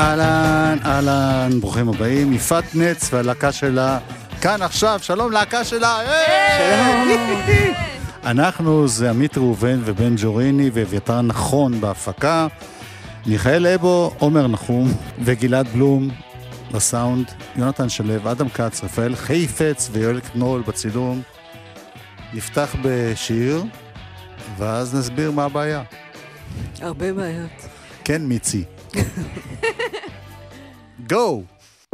אהלן, אהלן, ברוכים הבאים, יפעת נץ והלהקה שלה, כאן עכשיו, שלום להקה שלה, שלום. אנחנו זה עמית ראובן ובן ג'וריני ואביתר נכון בהפקה, מיכאל אבו, עומר נחום וגלעד בלום בסאונד, יונתן שלב, אדם קץ, רפאל חייפץ ויואל קנול בצילום. נפתח בשיר ואז נסביר מה הבעיה. הרבה בעיות. כן, מיצי. גו!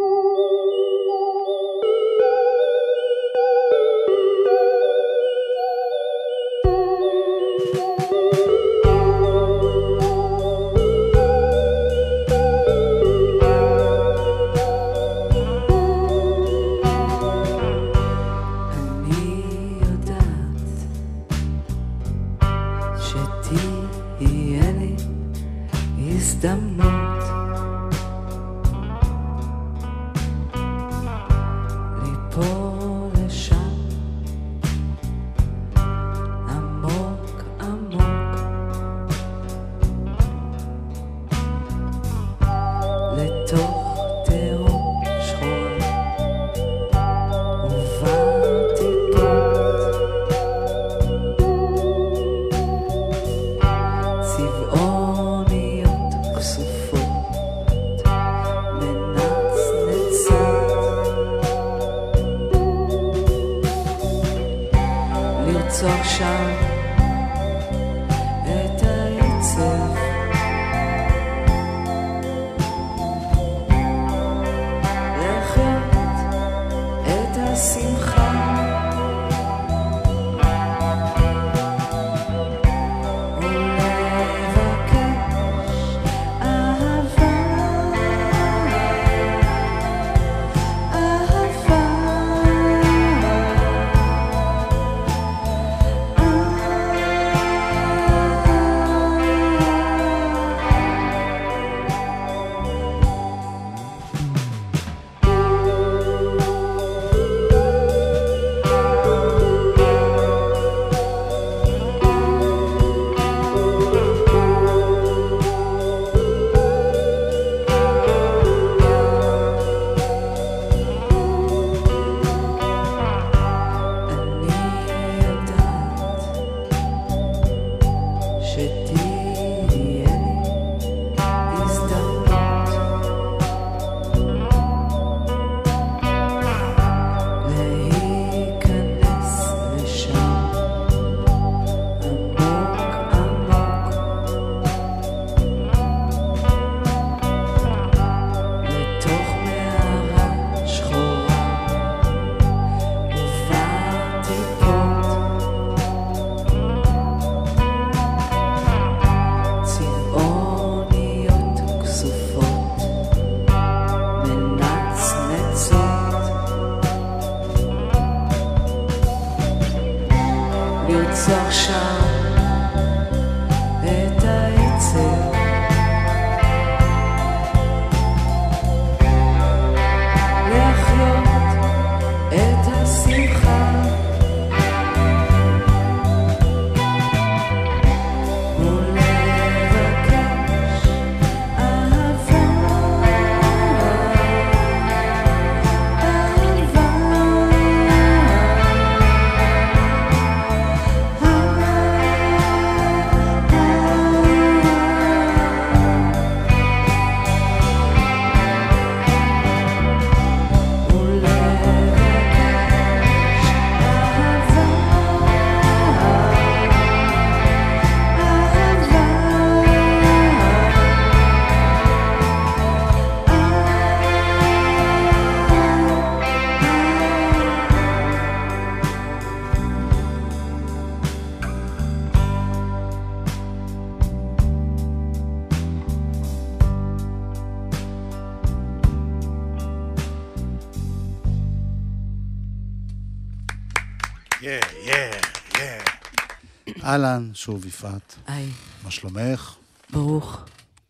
אהלן, שוב יפעת. היי. מה שלומך? ברוך.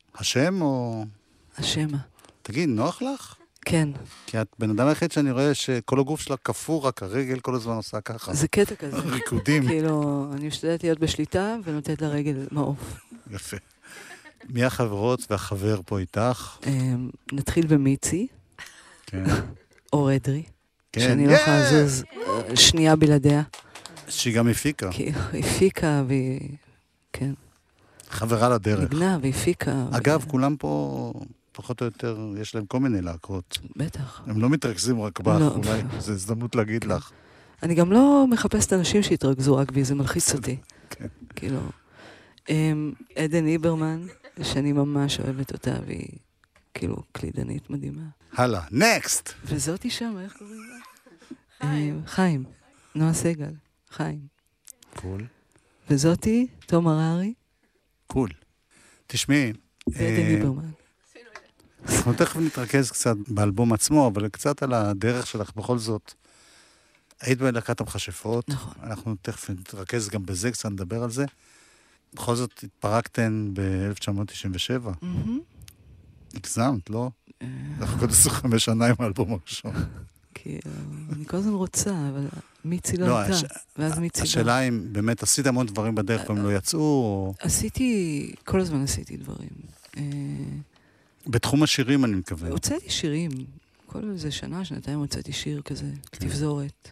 השם או... השמה. תגיד, נוח לך? כן. כי את בן אדם היחיד שאני רואה שכל הגוף שלה כפור, רק הרגל כל הזמן עושה ככה. זה קטע כזה. ריקודים. כאילו, אני משתדלת להיות בשליטה ונותנת לרגל מעוף. יפה. מי החברות והחבר פה איתך? נתחיל במיצי, כן. או אדרי, כן. שאני לא יכולה לזוז שנייה בלעדיה. שהיא גם הפיקה. כי היא הפיקה והיא, כן, חברה לדרך. נגנה והפיקה. אגב, כולם פה, פחות או יותר, יש להם כל מיני להקות. בטח. הם לא מתרכזים רק בך, לא. אולי זו הזדמנות להגיד לך. אני גם לא מחפשת אנשים שהתרכזו רק בי, זה מלחיץ אותי. כן. כאילו, עדן איברמן, שאני ממש אוהבת אותה, והיא כאילו קלידנית מדהימה. הלאה, נקסט! וזאתי שם, איך קוראים לה? חיים. נועה סגל. חיים. קול. וזאתי, תום הררי. קול. תשמעי, ועדן איברמן. אנחנו תכף נתרכז קצת באלבום עצמו, אבל קצת על הדרך שלך בכל זאת. היית בלהקת המכשפות. נכון. אנחנו תכף נתרכז גם בזה, קצת נדבר על זה. בכל זאת התפרקתן ב-1997. הגזמת, לא? אנחנו קודם 25 שנה עם האלבום הראשון. כי אני כל הזמן רוצה, אבל מיצי לא הייתה. ואז מיצי בא. השאלה אם באמת עשית המון דברים בדרך והם לא יצאו, או... כל הזמן עשיתי דברים. בתחום השירים אני מקווה. הוצאתי שירים. כל איזה שנה, שנתיים הוצאתי שיר כזה, תפזורת.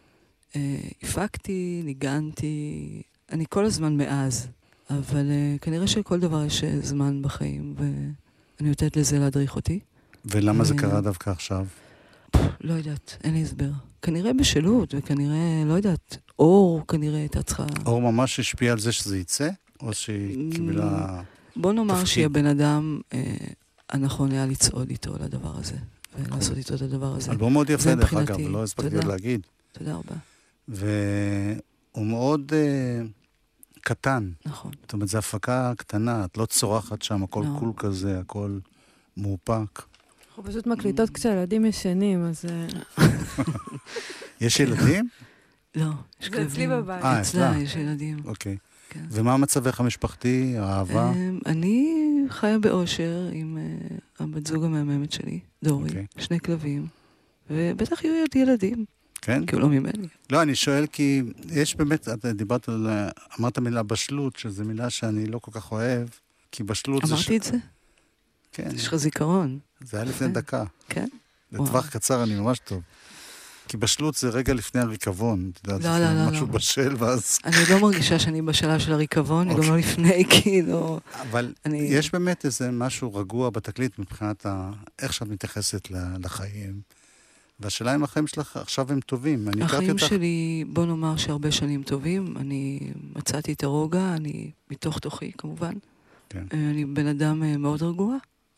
הפקתי, ניגנתי, אני כל הזמן מאז, אבל כנראה שכל דבר יש זמן בחיים, ואני נותנת לזה להדריך אותי. ולמה זה קרה דווקא עכשיו? לא יודעת, אין לי הסבר. כנראה בשלות, וכנראה, לא יודעת, אור כנראה הייתה צריכה... אור ממש השפיע על זה שזה יצא? או שהיא קיבלה... בוא נאמר שהבן אדם הנכון היה לצעוד איתו לדבר הזה, ולעשות איתו את הדבר הזה. אלבום מאוד יפה דרך אגב, לא הספקתי עוד להגיד. תודה רבה. והוא מאוד קטן. נכון. זאת אומרת, זו הפקה קטנה, את לא צורחת שם, הכל קול כזה, הכל מאופק. אנחנו פשוט מקליטות כשילדים ישנים, אז... יש ילדים? לא, יש כלבים. זה אצלי בבית. אצלה יש ילדים. אוקיי. ומה מצבך המשפחתי, האהבה? אני חיה באושר עם הבת זוג המהממת שלי, דורי, 2 כלבים, ובטח יהיו עוד ילדים. כן? כאילו לא ממני. לא, אני שואל כי יש באמת, את דיברת על, אמרת מילה בשלות, שזו מילה שאני לא כל כך אוהב, כי בשלות זה... אמרתי את זה? כן. יש לך זיכרון. זה היה לפני דקה. כן? לטווח קצר אני ממש טוב. כי בשלות זה רגע לפני הריקבון. לא, לא, לא. משהו בשל ואז... אני לא מרגישה שאני בשלב של הריקבון, אני גם לא לפני, כאילו... אבל יש באמת איזה משהו רגוע בתקליט מבחינת איך שאת מתייחסת לחיים. והשאלה אם החיים שלך עכשיו הם טובים. החיים שלי, בוא נאמר שהרבה שנים טובים. אני מצאתי את הרוגע, אני מתוך תוכי כמובן. כן. אני בן אדם מאוד רגוע.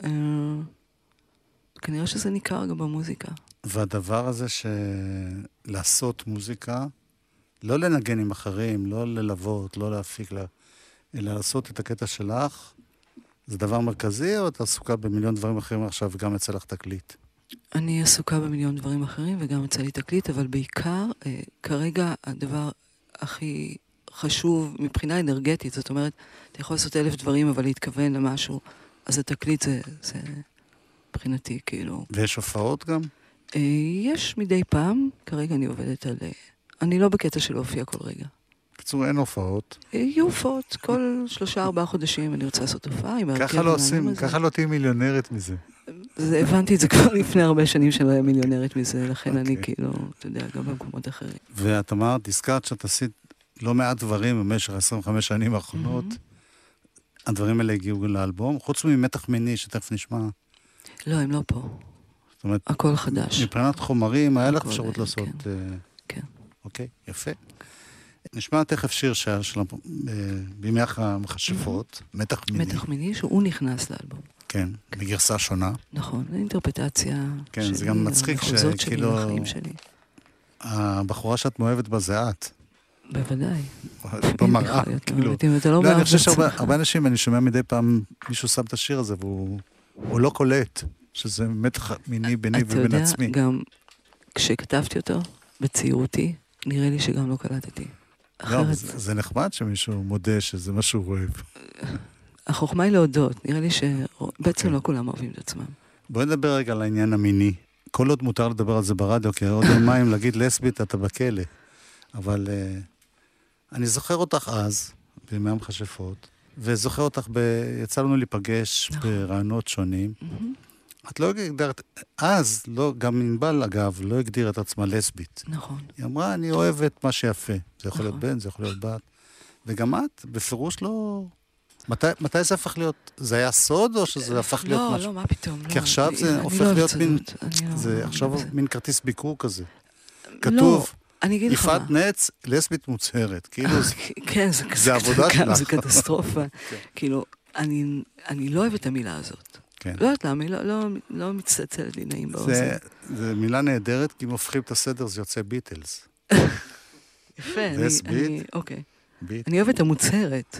כנראה שזה ניכר גם במוזיקה. והדבר הזה לעשות מוזיקה, לא לנגן עם אחרים, לא ללוות, לא להפיק, אלא לעשות את הקטע שלך, זה דבר מרכזי, או את עסוקה במיליון דברים אחרים עכשיו וגם יצא לך תקליט? אני עסוקה במיליון דברים אחרים וגם יצא לי תקליט, אבל בעיקר, כרגע הדבר הכי חשוב מבחינה אנרגטית, זאת אומרת, אתה יכול לעשות 1000 דברים, אבל להתכוון למשהו, אז התקליט זה מבחינתי, כאילו... ויש הופעות גם? יש מדי פעם, כרגע אני עובדת על... אני לא בקטע של להופיע כל רגע. בקיצור, אין הופעות. יהיו הופעות, כל 3-4 חודשים אני רוצה לעשות הופעה. ככה לא עושים, ככה לא תהי מיליונרת מזה. הבנתי את זה כבר לפני הרבה שנים שלא היה מיליונרת מזה, לכן אני כאילו, אתה יודע, גם במקומות אחרים. ואת אמרת, הזכרת שאת עשית לא מעט דברים במשך 25 שנים האחרונות. הדברים האלה הגיעו לאלבום, חוץ ממתח מיני שתכף נשמע. לא, הם לא פה. זאת אומרת, הכל חדש. מבחינת חומרים, היה לך אפשרות לעשות... כן. אוקיי, יפה. נשמע תכף שיר שלנו בימי המכשפות, מתח מיני. מתח מיני, שהוא נכנס לאלבום. כן, בגרסה שונה. נכון, אינטרפטציה שלי. כן, זה גם מצחיק שכאילו... החיים שלי. הבחורה שאת מאוהבת בה זה את. בוודאי. במראה, כאילו. לא, אני חושב שהרבה אנשים, אני שומע מדי פעם, מישהו שם את השיר הזה, והוא לא קולט, שזה מתח מיני ביני ובין עצמי. אתה יודע, גם כשכתבתי אותו, בצעירותי, נראה לי שגם לא קלטתי. לא, זה נחמד שמישהו מודה שזה מה שהוא אוהב. החוכמה היא להודות, נראה לי שבעצם לא כולם אוהבים את עצמם. בואי נדבר רגע על העניין המיני. כל עוד מותר לדבר על זה ברדיו, כי עוד יומיים להגיד לסבית, אתה בכלא. אבל אני זוכר אותך אז, בימי המכשפות, וזוכר אותך, יצא לנו להיפגש ברעיונות שונים. את לא הגדירת, אז, גם ענבל, אגב, לא הגדיר את עצמה לסבית. נכון. היא אמרה, אני אוהבת מה שיפה. זה יכול להיות בן, זה יכול להיות בת. וגם את, בפירוש לא... מתי זה הפך להיות? זה היה סוד, או שזה הפך להיות משהו? לא, מה פתאום? כי עכשיו זה הופך להיות מין... זה עכשיו מין כרטיס ביקור כזה. כתוב, יפעת נץ, לסבית מוצהרת. כאילו, זה עבודה שלך. זה קטסטרופה. כאילו, אני לא אוהבת את המילה הזאת. לא יודעת למה, היא לא מצטצלת לי נעים באוזן. זה מילה נהדרת, כי אם הופכים את הסדר, זה יוצא ביטלס. יפה, אוקיי. אני אוהבת המוצהרת.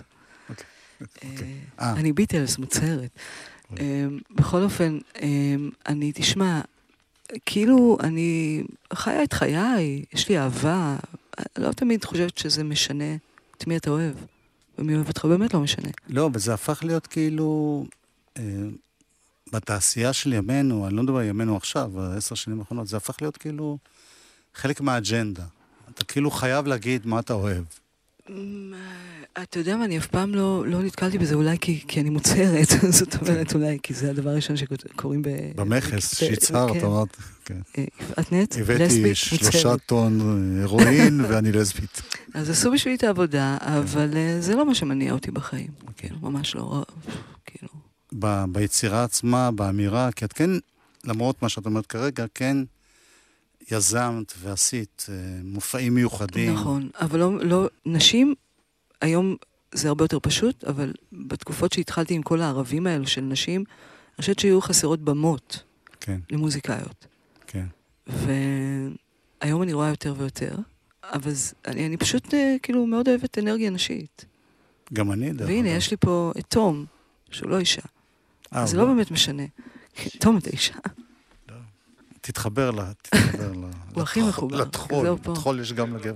אני ביטלס מוצהרת. בכל אופן, אני תשמע, כאילו אני חיה את חיי, יש לי אהבה, לא תמיד חושבת שזה משנה את מי אתה אוהב, ומי אוהב אותך באמת לא משנה. לא, וזה הפך להיות כאילו, בתעשייה של ימינו, אני לא מדבר ימינו עכשיו, 10 שנים האחרונות, זה הפך להיות כאילו חלק מהאג'נדה. אתה כאילו חייב להגיד מה אתה אוהב. אתה יודע מה, אני אף פעם לא נתקלתי בזה, אולי כי אני מוצהרת, זאת אומרת אולי, כי זה הדבר הראשון שקוראים במכס, שיצהר, אתה אומרת. יפעת נץ, הבאתי 3 טון הרואין ואני לסבית. אז עשו בשבילי את העבודה, אבל זה לא מה שמניע אותי בחיים. ממש לא, כאילו. ביצירה עצמה, באמירה, כי את כן, למרות מה שאת אומרת כרגע, כן יזמת ועשית מופעים מיוחדים. נכון, אבל לא, נשים, היום זה הרבה יותר פשוט, אבל בתקופות שהתחלתי עם כל הערבים האלו של נשים, אני חושבת שהיו חסרות במות למוזיקאיות. כן. והיום אני רואה יותר ויותר, אבל אני פשוט כאילו מאוד אוהבת אנרגיה נשית. גם אני דרך. והנה, יש לי פה את תום, שהוא לא אישה. זה לא באמת משנה. תום את האישה. תתחבר לה. הוא הכי מחובר. לטחול יש גם לגבר.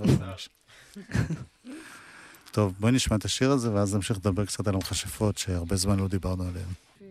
טוב, בואי נשמע את השיר הזה, ואז נמשיך לדבר קצת על המכשפות, שהרבה זמן לא דיברנו עליהן.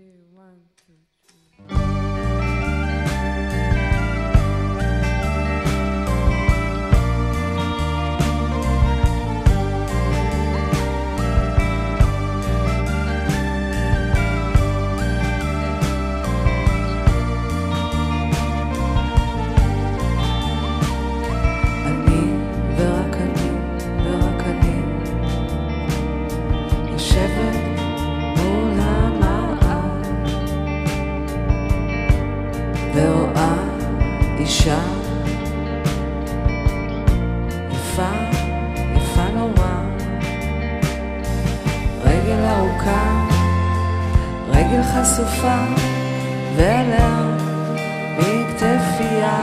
חשופה ועליה מכתפייה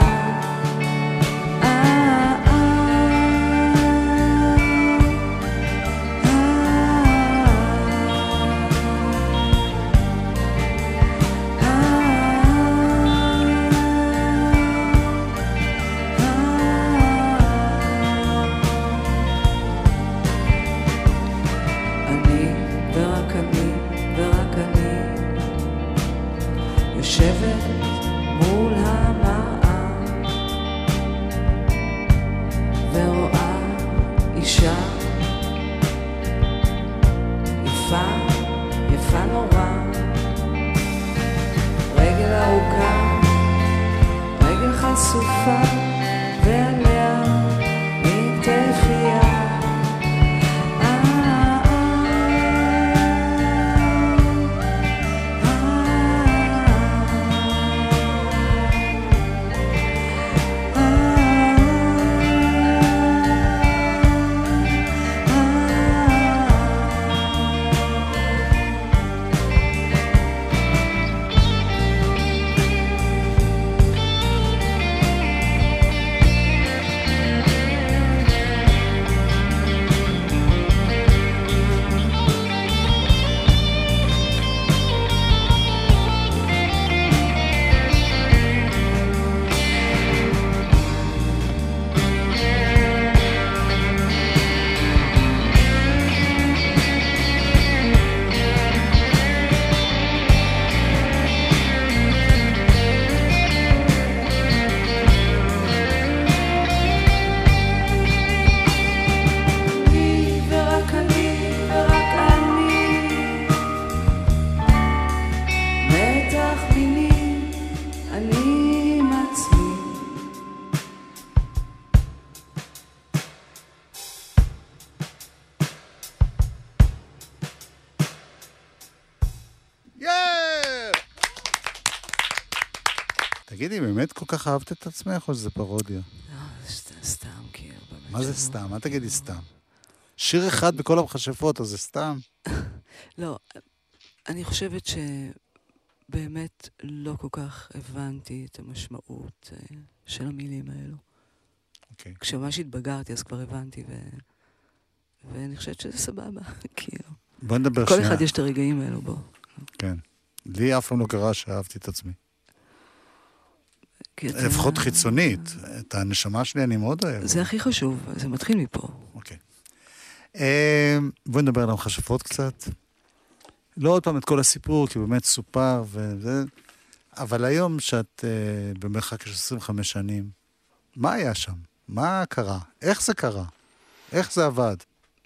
תגידי, באמת כל כך אהבת את עצמך, או שזה פרודיה? לא, זה סתם, כאילו, באמת. מה זה סתם? מה תגידי סתם? שיר אחד בכל המכשפות, אז זה סתם? לא, אני חושבת שבאמת לא כל כך הבנתי את המשמעות של המילים האלו. אוקיי. כשממש התבגרתי, אז כבר הבנתי, ואני חושבת שזה סבבה, כאילו. בוא נדבר כל שנייה. אחד יש את הרגעים האלו בו. כן. לי אף פעם לא קרה שאהבתי את עצמי. כי אתה- לפחות חיצונית. את הנשמה שלי אני מאוד אוהב. זה הכי חשוב, זה מתחיל מפה. אוקיי. בואי נדבר על המכשפות קצת. לא עוד פעם את כל הסיפור, כי באמת סופר וזה, אבל היום שאת במרחק של 25 שנים, מה היה שם? מה קרה? איך זה קרה? איך זה עבד?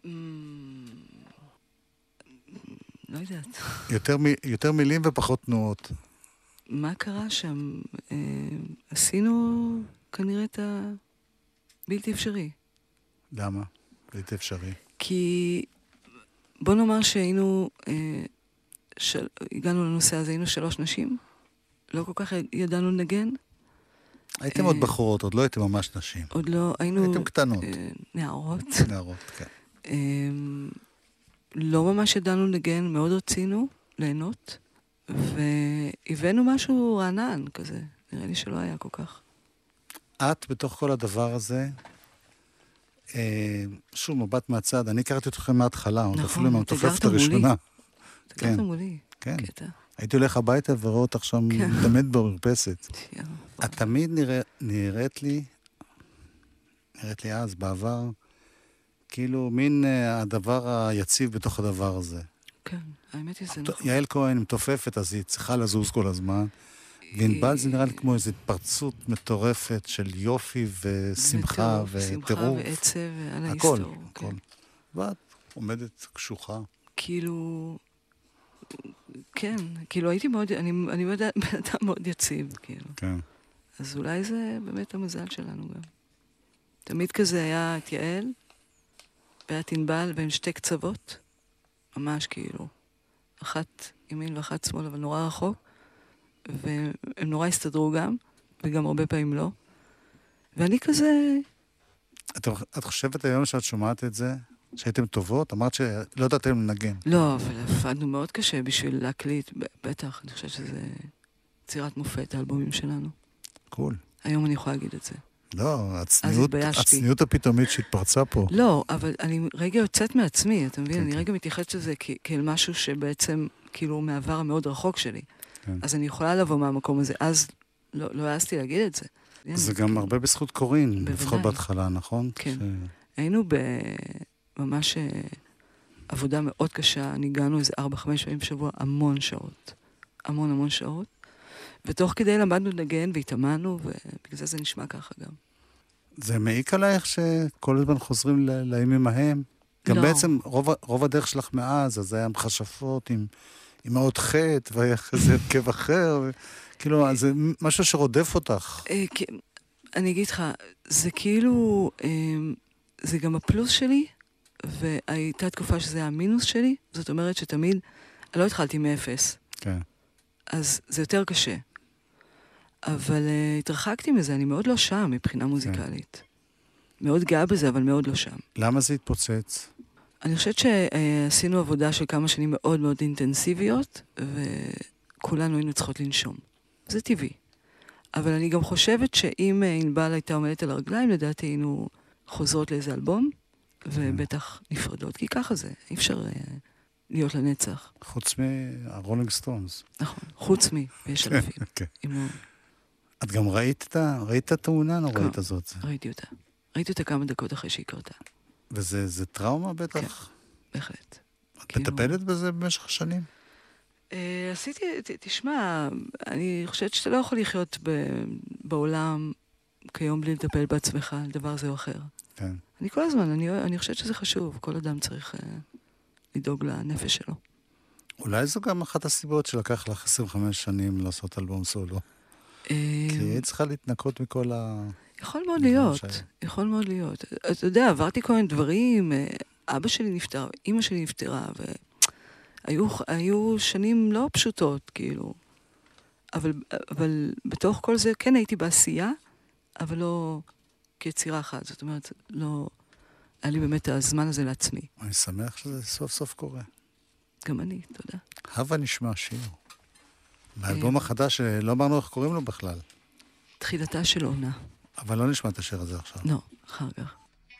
לא יודעת. יותר מילים ופחות תנועות. מה קרה שם? עשינו כנראה את הבלתי אפשרי. למה? בלתי אפשרי. כי בוא נאמר שהיינו, הגענו לנושא הזה, היינו 3 נשים, לא כל כך ידענו לנגן. הייתם עוד בחורות, עוד לא הייתם ממש נשים. עוד לא, היינו... הייתם קטנות. נערות. נערות, כן. לא ממש ידענו לנגן, מאוד רצינו ליהנות, והבאנו משהו רענן כזה. נראה לי שלא היה כל כך. את, בתוך כל הדבר הזה, שוב, מבט מהצד, אני הכרתי אתכם מההתחלה, עוד אפילו מהמתופפת הראשונה. אתה גרת מולי. כן. קטע. הייתי הולך הביתה ורואה אותך שם מתעמד במרפסת. יאללה. את תמיד נראית לי אז, בעבר, כאילו מין הדבר היציב בתוך הדבר הזה. כן, האמת היא זה נכון. יעל כהן מתופפת, אז היא צריכה לזוז כל הזמן. וענבל זה נראה לי כמו איזו התפרצות מטורפת של יופי ושמחה וטירוף. שמחה ועצב על הכל, ההיסטור. הכל. ואת עומדת קשוחה. כאילו, כן, כאילו הייתי מאוד, אני יודעת, בן אדם מאוד יציב, כאילו. כן. אז אולי זה באמת המזל שלנו גם. תמיד כזה היה את יעל, ואת ענבל, והם 2 קצוות, ממש כאילו, אחת ימין ואחת שמאל, אבל נורא רחוק, והם נורא הסתדרו גם, וגם הרבה פעמים לא. ואני כזה... את חושבת היום שאת שומעת את זה, שהייתם טובות? אמרת שלא ידעתם לנגן. לא, אבל עבדנו מאוד קשה בשביל להקליט, בטח, אני חושבת שזה יצירת מופת, האלבומים שלנו. קול. היום אני יכולה להגיד את זה. לא, אז התביישתי. הצניעות הפתאומית שהתפרצה פה. לא, אבל אני רגע יוצאת מעצמי, אתה מבין? כן, אני כן. רגע מתייחדת לזה כאל משהו שבעצם, כאילו, מעבר המאוד רחוק שלי. כן. אז אני יכולה לבוא מהמקום הזה, אז לא העזתי להגיד את זה. זה גם הרבה בזכות קורין, בוודאי. לפחות בהתחלה, נכון? כן. היינו ממש עבודה מאוד קשה, ניגענו איזה 4-5 פעמים בשבוע, המון שעות. המון שעות. ותוך כדי למדנו לנגן והתאמנו, ובגלל זה נשמע ככה גם. זה מעיק עלייך שכל הזמן חוזרים לימים ההם? גם לא. בעצם רוב הדרך שלך מאז, אז זה היה מכשפות עם מאוד חטא, והיה כזה הרכב אחר, כאילו, זה משהו שרודף אותך. אני אגיד לך, זה כאילו, זה גם הפלוס שלי, והייתה תקופה שזה היה המינוס שלי, זאת אומרת שתמיד, אני לא התחלתי מאפס. כן. אז זה יותר קשה. אבל התרחקתי מזה, אני מאוד לא שם מבחינה מוזיקלית. מאוד גאה בזה, אבל מאוד לא שם. למה זה התפוצץ? אני חושבת שעשינו עבודה של כמה שנים מאוד מאוד אינטנסיביות, וכולנו היינו צריכות לנשום. זה טבעי. אבל אני גם חושבת שאם ענבל הייתה עומדת על הרגליים, לדעתי היינו חוזרות לאיזה אלבום, ובטח נפרדות, כי ככה זה, אי אפשר להיות לנצח. חוץ מהרולינג סטונס. נכון, חוץ ויש אלפים. את גם ראית את התאונה הנוראית הזאת? ראיתי אותה. ראיתי אותה כמה דקות אחרי שהיא קרתה. וזה טראומה בטח? כן, בהחלט. את מטפלת בזה במשך השנים? עשיתי, תשמע, אני חושבת שאתה לא יכול לחיות בעולם כיום בלי לטפל בעצמך על דבר זה או אחר. כן. אני כל הזמן, אני חושבת שזה חשוב. כל אדם צריך לדאוג לנפש שלו. אולי זו גם אחת הסיבות שלקח לך 25 שנים לעשות אלבום סולו. כי היא צריכה להתנקות מכל יכול מאוד להיות, יכול מאוד להיות. אתה יודע, עברתי כל מיני דברים, אבא שלי נפטר, אמא שלי נפטרה, והיו שנים לא פשוטות, כאילו. אבל בתוך כל זה כן הייתי בעשייה, אבל לא כיצירה אחת. זאת אומרת, לא... היה לי באמת הזמן הזה לעצמי. אני שמח שזה סוף סוף קורה. גם אני, תודה. הווה נשמע שיר. באלבום החדש שלא אמרנו איך קוראים לו בכלל. תחילתה של עונה. אבל לא נשמע את השיר הזה עכשיו. לא, אחר כך.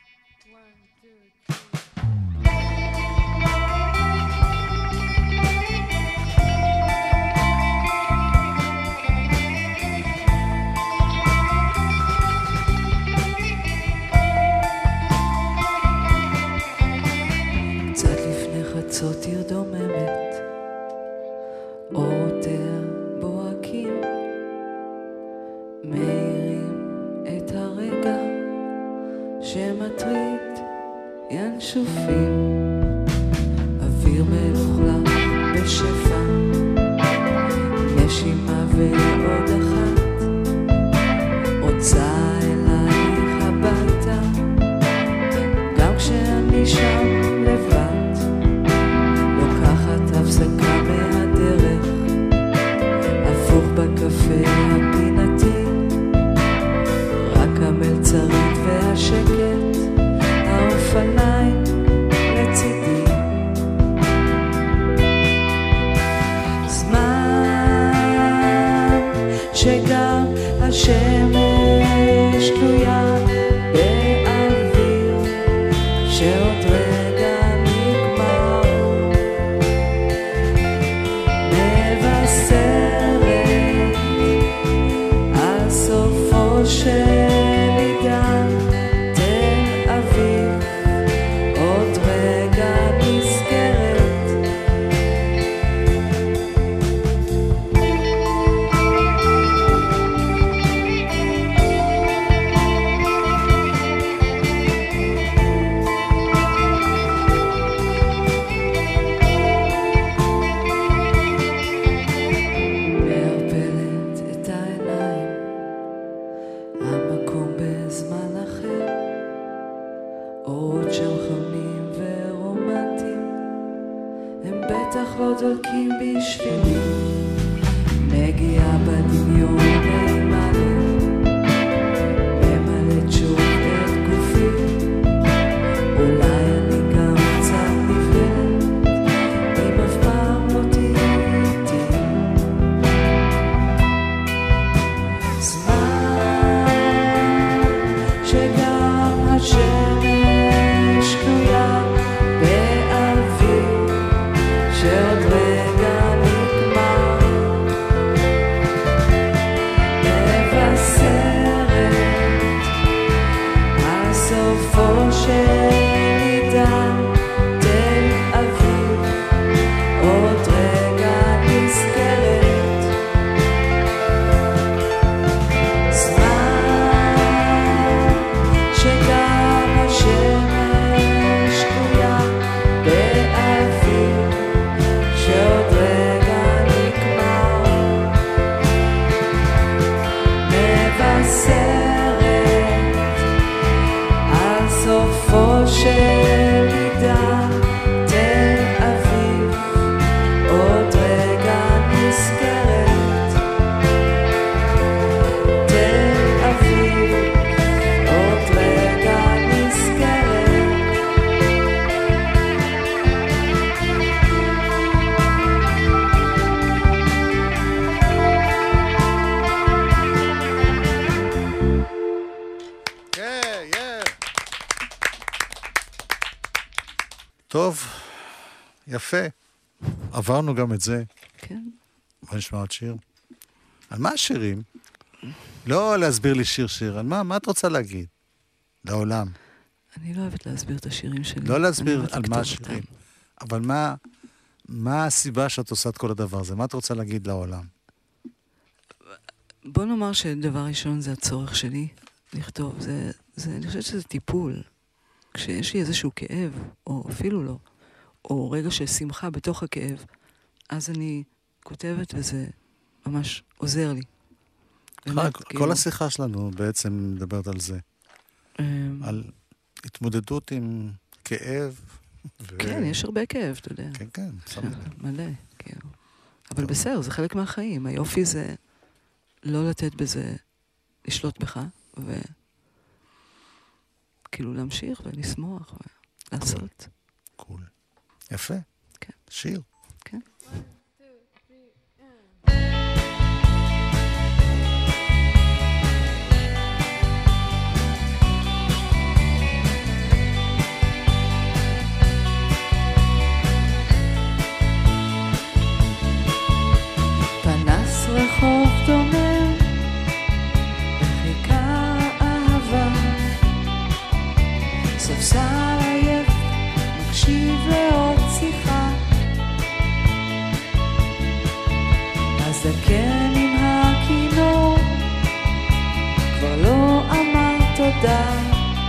חצות עיר דוממת, אורותיה בוהקים, מאירים את הרגע שמטריד ינשופים, אוויר מלוכלך בשפע, נשימה ועוד אחת, רוצה אלייך הביתה, גם כשאני שם לבד. הפסקה מהדרך, הפוך בקפה הפינתי, רק המלצרית והשקט, האופניים לצידי. זמן שגם השמש תלויה באוויר, שעוד רגע של עידן תל אביב, עוד רגע נזכרת. מערפלת את העיניים, המקום בזמן אחר, אורות שם חמים ורומנטיים, הם בטח לא דולקים בשבילי, נגיעה בדמיון נעימה לי, ממלאת שוב את גופי, אולי אני גם קצת נבהלת, אם אף פעם לא תהיי איתי. שגם השמש תלויה באוויר, שעוד רגע נגמר, מבשרת על סופו של עידן תל אביב, עוד רגע נזכרת. השמש תלויה באוויר, שעוד רגע נגמר, מבשרת על סופו של עידן תל אביב, עוד רגע נזכרת. תל אביב, עוד רגע טוב, יפה. עברנו גם את זה. כן. בוא נשמע עוד שיר. על מה השירים? לא להסביר לי שיר. על מה את רוצה להגיד? לעולם. אני לא אוהבת להסביר את השירים שלי. לא להסביר על מה השירים. אבל מה הסיבה שאת עושה את כל הדבר הזה? מה את רוצה להגיד לעולם? בוא נאמר שדבר ראשון זה הצורך שלי לכתוב. אני חושבת שזה טיפול. כשיש לי איזשהו כאב, או אפילו לא, או רגע של שמחה בתוך הכאב, אז אני כותבת וזה ממש עוזר לי. כל השיחה שלנו בעצם מדברת על זה. על התמודדות עם כאב. כן, יש הרבה כאב, אתה יודע. כן, מלא, כאילו. אבל בסדר, זה חלק מהחיים. היופי זה לא לתת בזה, לשלוט בך, וכאילו להמשיך ולשמוח ולעשות. קול. יפה. כן. שיר. כן. פנס רחוב דומם וחיכה אהבה, ספסל עייף מקשיב לעוד שיחה, הזקן עם הכינור כבר לא אמר תודה,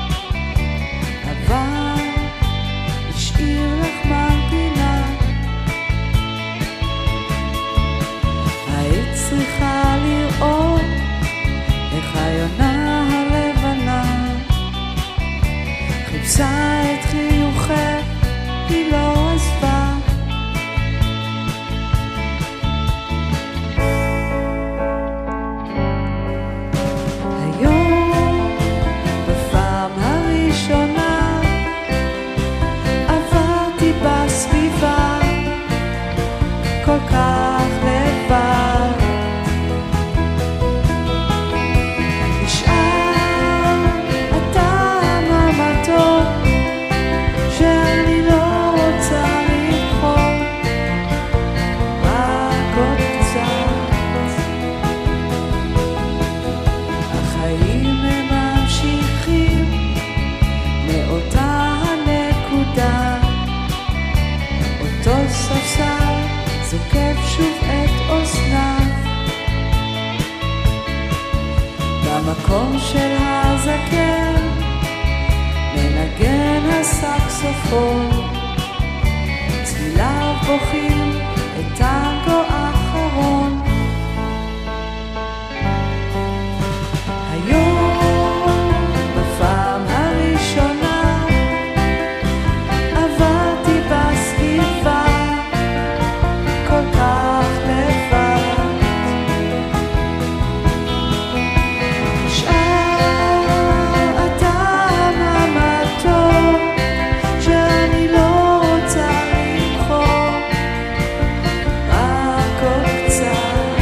אבל השאיר לך מנגינה. היית צריכה לראות איך היונה הלבנה חיפשה את חיוכך, היא לא עזבה. היום בפעם הראשונה עברתי בסביבה כל כך לבד, נשאר הטעם המתוק שאני לא רוצה לבחור, רק עוד קצת. החיים הם ממשיכים מאותה הנקודה, אותו ספסל זוקף שוב את אוזניו, במקום של הזקן מנגן הסקסופון, צליליו בוכים את טנגו אחרון. היום בפעם הראשונה עברתי בסביבה כל כך לבד, נשאר הטעם המתוק שאני לא רוצה לבחור, רק עוד קצת.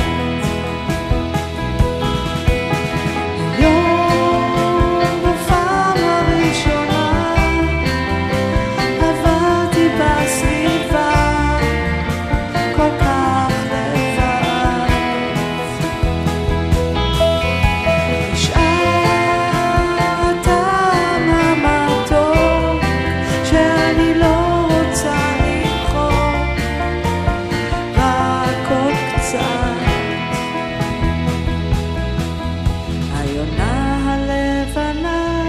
היום בפעם הראשונה עברתי בסביבה כל כך לבד, נשאר הטעם המתוק שאני לא רוצה לבחור, רק עוד קצת. היונה הלבנה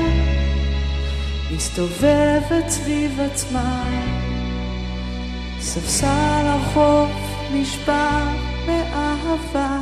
מסתובבת סביב עצמה, ספסל הרחוב נשבר מאהבה.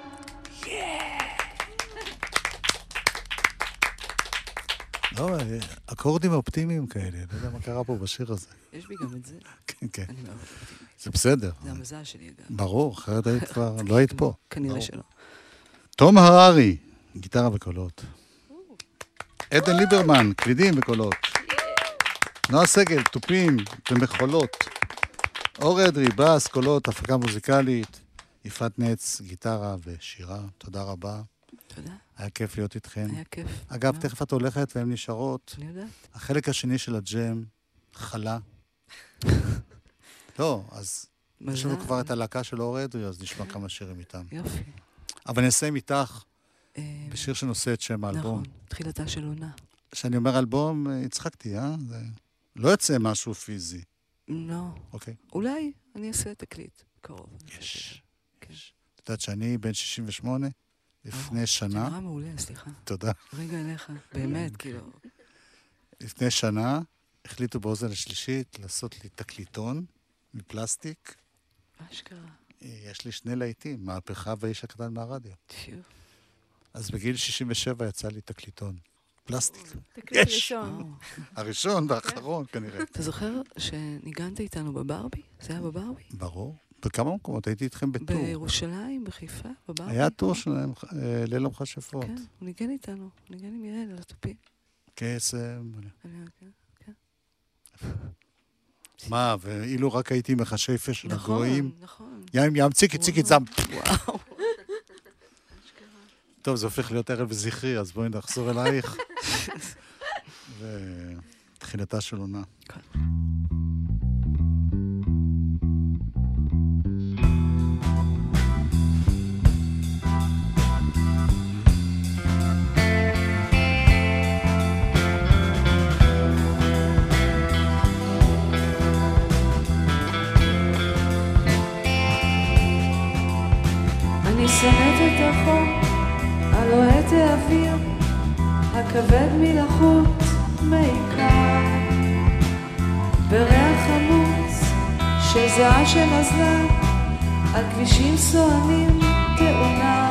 לא, אקורדים אופטימיים כאלה, לא יודע מה קרה פה בשיר הזה. יש בי גם את זה. כן, כן. אני מאוד אופטימית. זה בסדר. זה המזל שלי, אגב. ברור, אחרת היית כבר, לא היית פה. כנראה ברור. שלא. תום הררי, גיטרה וקולות. עדן ליברמן, קלידים וקולות. נועה סגל, תופים ומחולות. אור אדרי, בס, קולות, הפקה מוזיקלית. יפעת נץ, גיטרה ושירה. תודה רבה. תודה. היה כיף להיות איתכן. היה כיף. אגב, תכף את הולכת והן נשארות. אני יודעת. החלק השני של הג'ם חלה. לא, אז יש לנו כבר את הלהקה של אור אדרי, אז נשמע כמה שירים איתם. יופי. אבל אני אסיים איתך בשיר שנושא את שם האלבום. נכון, תחילתה של עונה. כשאני אומר אלבום, הצחקתי, זה לא יוצא משהו פיזי. לא. אוקיי. אולי אני אעשה תקליט קרוב. יש. כן. את יודעת שאני בן 68, לפני שנה. זה נראה מעולה, סליחה. תודה. רגע אליך. באמת, כאילו. לפני שנה החליטו באוזן השלישית לעשות לי תקליטון מפלסטיק. אשכרה. יש לי 2 להיטים, מהפכה והאיש הקטן מהרדיו. תשאיר. אז בגיל 67 יצא לי תקליטון. פלסטיק. תקליט יש. ראשון. הראשון והאחרון כנראה. אתה זוכר שניגנת איתנו בברבי? זה היה בברבי? ברור. בכמה מקומות, הייתי איתכם בטור. בירושלים, בחיפה, בבר. היה טור שלהם, ליל המכשפות. כן, הוא ניגן איתנו, הוא ניגן עם יעל על התופים. קסם. כן. מה, ואילו רק הייתי מכשפה של הגויים. נכון. ים, ציקי זם. וואו. טוב, זה הופך להיות ערב זכרי, אז בואי נחזור אלייך. ותחילתה של עונה. אני שונאת את החום, הלוהט האוויר, הכבד מלחות מעיקר, בריח חמוץ של זיעה שנזלה על כבישים סוענים תאונה,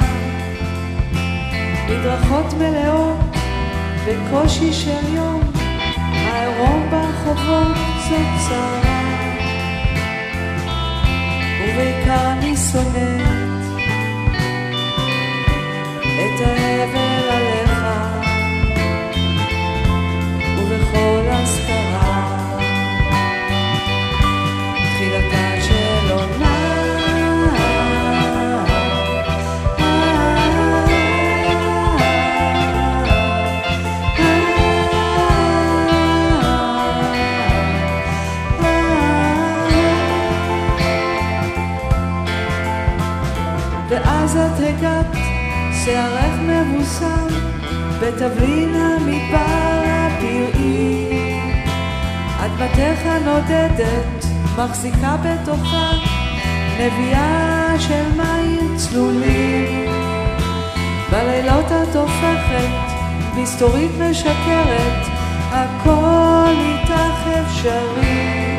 מדרכות מלאות בקושי של יום, העירום ברחובות זאת צרה, ובעיקר אני שונאת את האבל עליך ובכל הזכרה תחילתה של עונה ואז את הגעת שערך מבוסם בתבלין המדבר הפראי אדמתך נודדת מחזיקה בתוכה נביאה של מים צלולים בלילות את הופכת מסתורית משקרת הכל איתך אפשרי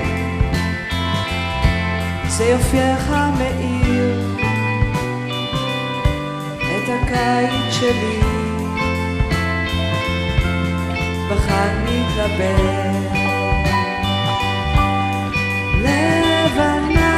זה יופייך מאיר את הקיץ שלי בחג מתלבט לבנה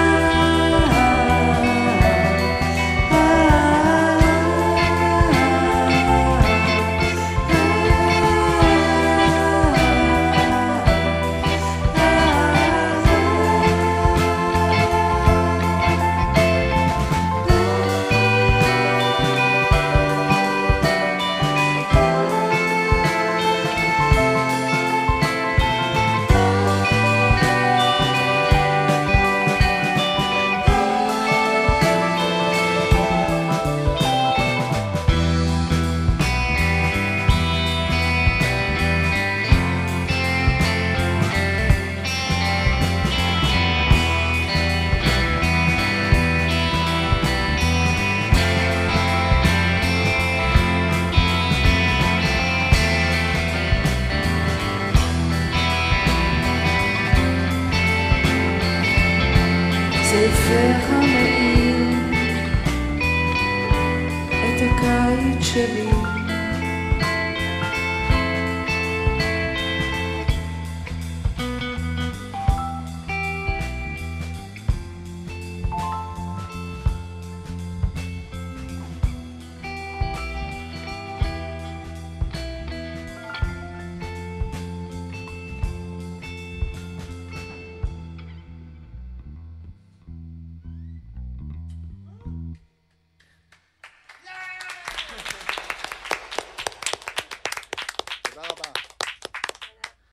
צפך מאיר את הקיץ שלי